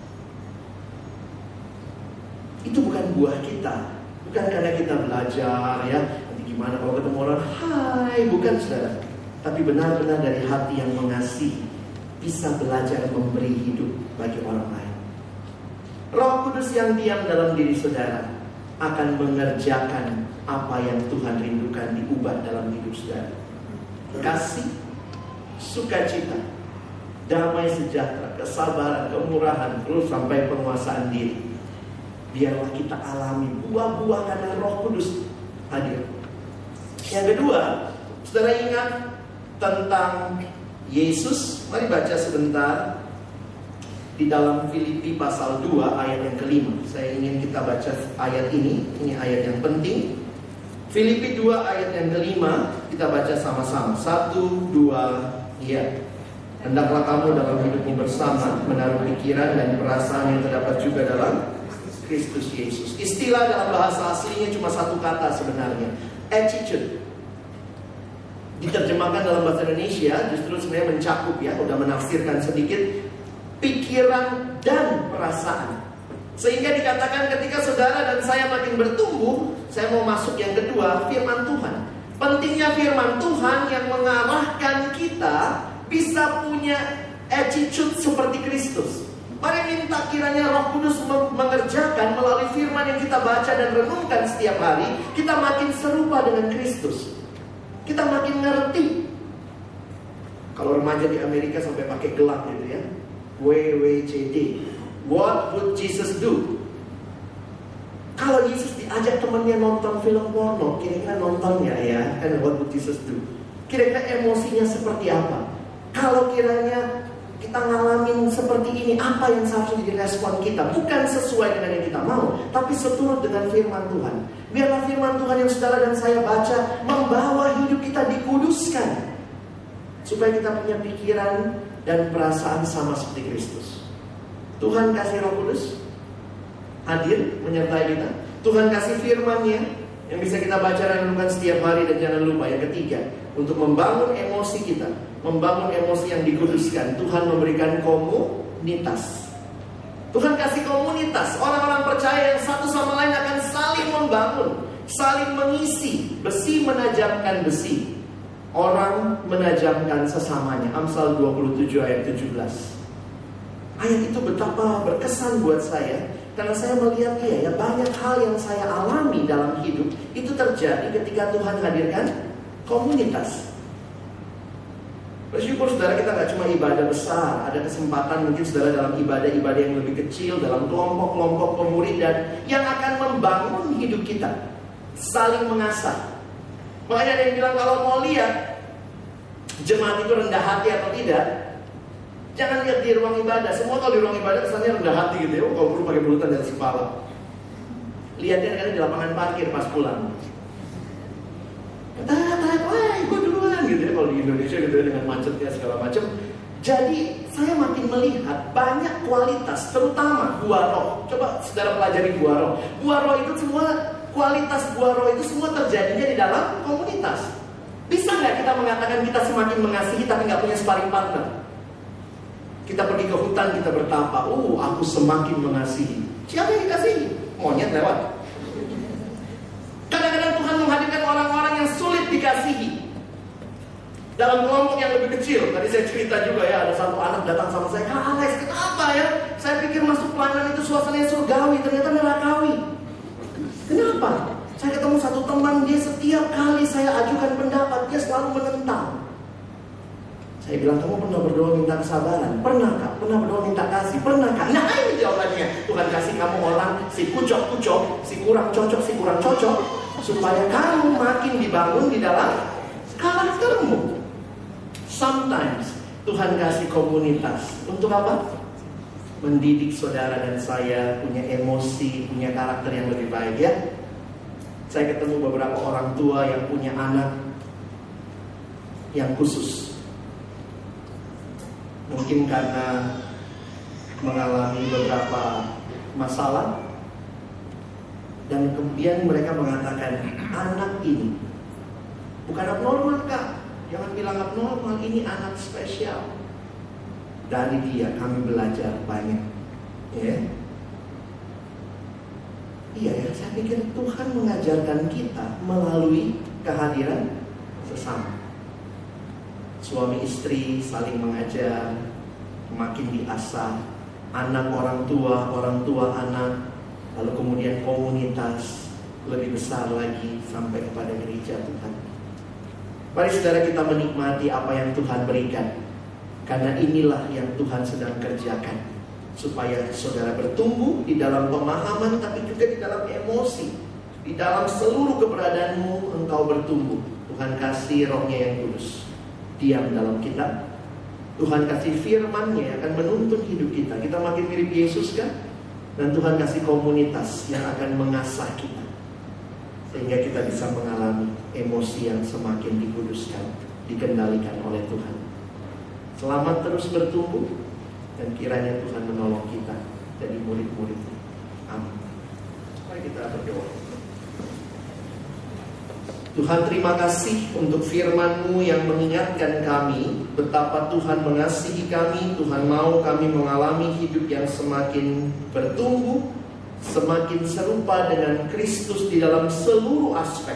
Itu bukan buah kita, bukan karena kita belajar ya. Nanti gimana kalau ketemu orang, hai, bukan saudara. Tapi benar-benar dari hati yang mengasihi, bisa belajar memberi hidup bagi orang lain. Roh Kudus yang diam dalam diri saudara akan mengerjakan apa yang Tuhan rindukan diubah dalam hidup saudara. Kasih, sukacita, damai sejahtera, kesabaran, kemurahan, terus sampai penguasaan diri. Biarlah kita alami buah-buah karena Roh Kudus hadir. Yang kedua, saudara ingat tentang Yesus. Mari baca sebentar di dalam Filipi pasal 2 ayat yang kelima. Saya ingin kita baca ayat ini ayat yang penting. Filipi 2 ayat yang kelima, kita baca sama-sama. 1, 2, ya. Hendaklah kamu dalam hidupmu bersama menaruh pikiran dan perasaan yang terdapat juga dalam Kristus Yesus. Istilah dalam bahasa aslinya cuma satu kata sebenarnya, attitude. Diterjemahkan dalam bahasa Indonesia justru sebenarnya mencakup ya, udah menafsirkan sedikit, pikiran dan perasaan. Sehingga dikatakan ketika saudara dan saya makin bertumbuh, saya mau masuk yang kedua, firman Tuhan. Pentingnya firman Tuhan yang mengarahkan kita bisa punya attitude seperti Kristus. Mari minta kiranya Roh Kudus mengerjakan melalui firman yang kita baca dan renungkan setiap hari, kita makin serupa dengan Kristus. Kita makin ngerti. Kalau remaja di Amerika sampai pakai gelang gitu ya, WWJD, What would Jesus do? Kalau Yesus diajak temannya nonton film porno, kira-kira nontonnya ya, kan what would Jesus do? Kira-kira emosinya seperti apa? Kalau kiranya kita ngalamin seperti ini, apa yang seharusnya jadi respon kita? Bukan sesuai dengan yang kita mau, tapi seturut dengan firman Tuhan. Biarlah firman Tuhan yang saudara dan saya baca membawa hidup kita dikuduskan, supaya kita punya pikiran dan perasaan sama seperti Kristus. Tuhan kasih Roh Kudus hadir menyertai kita. Tuhan kasih firman-Nya yang bisa kita baca dan renungkan setiap hari. Dan jangan lupa yang ketiga, untuk membangun emosi kita, membangun emosi yang dikuduskan, Tuhan memberikan komunitas. Tuhan kasih komunitas, orang-orang percaya yang satu sama lain akan saling membangun, saling mengisi. Besi menajamkan besi, orang menajamkan sesamanya. Amsal 27 ayat 17. Ayat itu betapa berkesan buat saya Karena saya melihat ya banyak hal yang saya alami dalam hidup itu terjadi ketika Tuhan hadirkan komunitas. Bersyukur saudara, kita nggak cuma ibadah besar, ada kesempatan mungkin saudara dalam ibadah-ibadah yang lebih kecil, dalam kelompok-kelompok pemuridan yang akan membangun hidup kita, saling mengasah. Makanya ada yang bilang kalau mau lihat jemaat itu rendah hati atau tidak, jangan lihat di ruang ibadah. Semua kalau di ruang ibadah kesannya rendah hati gitu ya, kalau perlu pakai bulutan dari kepala. Lihatnya kadang di lapangan parkir pas pulang. Wah, gue duluan gitu ya, kalau di Indonesia gitu ya, dengan macetnya segala macam. Jadi saya makin melihat banyak kualitas, terutama buah roh. Coba saudara pelajari buah roh. Buah roh itu semua, kualitas buah roh itu semua terjadinya di dalam komunitas. Bisa nggak kita mengatakan kita semakin mengasihi tapi nggak punya sparring partner? Kita pergi ke hutan, kita bertapa, aku semakin mengasihi. Siapa yang dikasihi? Monyet lewat. Kadang-kadang Tuhan menghadirkan orang-orang yang sulit dikasihi dalam kelompok yang lebih kecil. Tadi saya cerita juga ya, ada satu anak datang sama saya, Kak Alex, kenapa ya? Saya pikir masuk pelayanan itu suasananya surgawi, ternyata nerakawi. Kenapa? Saya ketemu satu teman, dia setiap kali saya ajukan pendapat, dia selalu menentang. Saya bilang, kamu pernah berdoa minta kesabaran? Pernah Kak? Pernah berdoa minta kasih? Pernah Kak? Nah ini jawabannya. Tuhan kasih kamu orang si kucok-kucok, si kurang cocok, si kurang cocok, supaya kamu makin dibangun di dalam karaktermu. Sometimes Tuhan kasih komunitas. Untuk apa? Mendidik saudara dan saya punya emosi, punya karakter yang lebih baik ya. Saya ketemu beberapa orang tua yang punya anak yang khusus. Mungkin karena mengalami beberapa masalah, dan kemudian mereka mengatakan, anak ini bukan abnormal Kak, jangan bilang abnormal, ini anak spesial. Dari dia kami belajar banyak ya. Iya ya, saya pikir Tuhan mengajarkan kita melalui kehadiran sesama. Suami istri saling mengajar, makin diasah. Anak orang tua anak, lalu kemudian komunitas lebih besar lagi sampai kepada gereja Tuhan. Mari saudara kita menikmati apa yang Tuhan berikan, karena inilah yang Tuhan sedang kerjakan, supaya saudara bertumbuh di dalam pemahaman, tapi juga di dalam emosi. Di dalam seluruh keberadaanmu engkau bertumbuh. Tuhan kasih Roh-Nya yang kudus diam dalam kita. Tuhan kasih firman-Nya akan menuntun hidup kita. Kita makin mirip Yesus kan? Dan Tuhan kasih komunitas yang akan mengasah kita, sehingga kita bisa mengalami emosi yang semakin dikuduskan, dikendalikan oleh Tuhan. Selamat terus bertumbuh, dan kiranya Tuhan menolong kita jadi murid-murid-Nya. Amin. Mari kita berdoa. Tuhan, terima kasih untuk firman-Mu yang mengingatkan kami betapa Tuhan mengasihi kami. Tuhan mau kami mengalami hidup yang semakin bertumbuh, semakin serupa dengan Kristus di dalam seluruh aspek.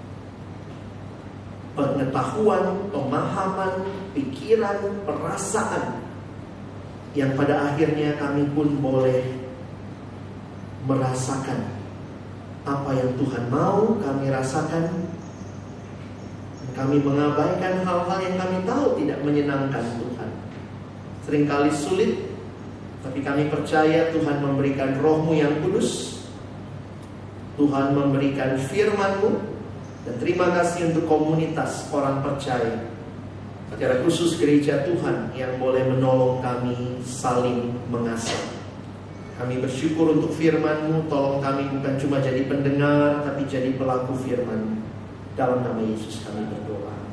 Pengetahuan, pemahaman, pikiran, perasaan, yang pada akhirnya kami pun boleh merasakan apa yang Tuhan mau kami rasakan. Kami mengabaikan hal-hal yang kami tahu tidak menyenangkan Tuhan. Seringkali sulit, tapi kami percaya Tuhan memberikan Roh-Mu yang kudus. Tuhan memberikan firman-Mu. Dan terima kasih untuk komunitas orang percaya, secara khusus gereja Tuhan, yang boleh menolong kami saling mengasah. Kami bersyukur untuk firman-Mu. Tolong kami bukan cuma jadi pendengar, tapi jadi pelaku firman-Mu. Dalam nama Yesus kami berdoa.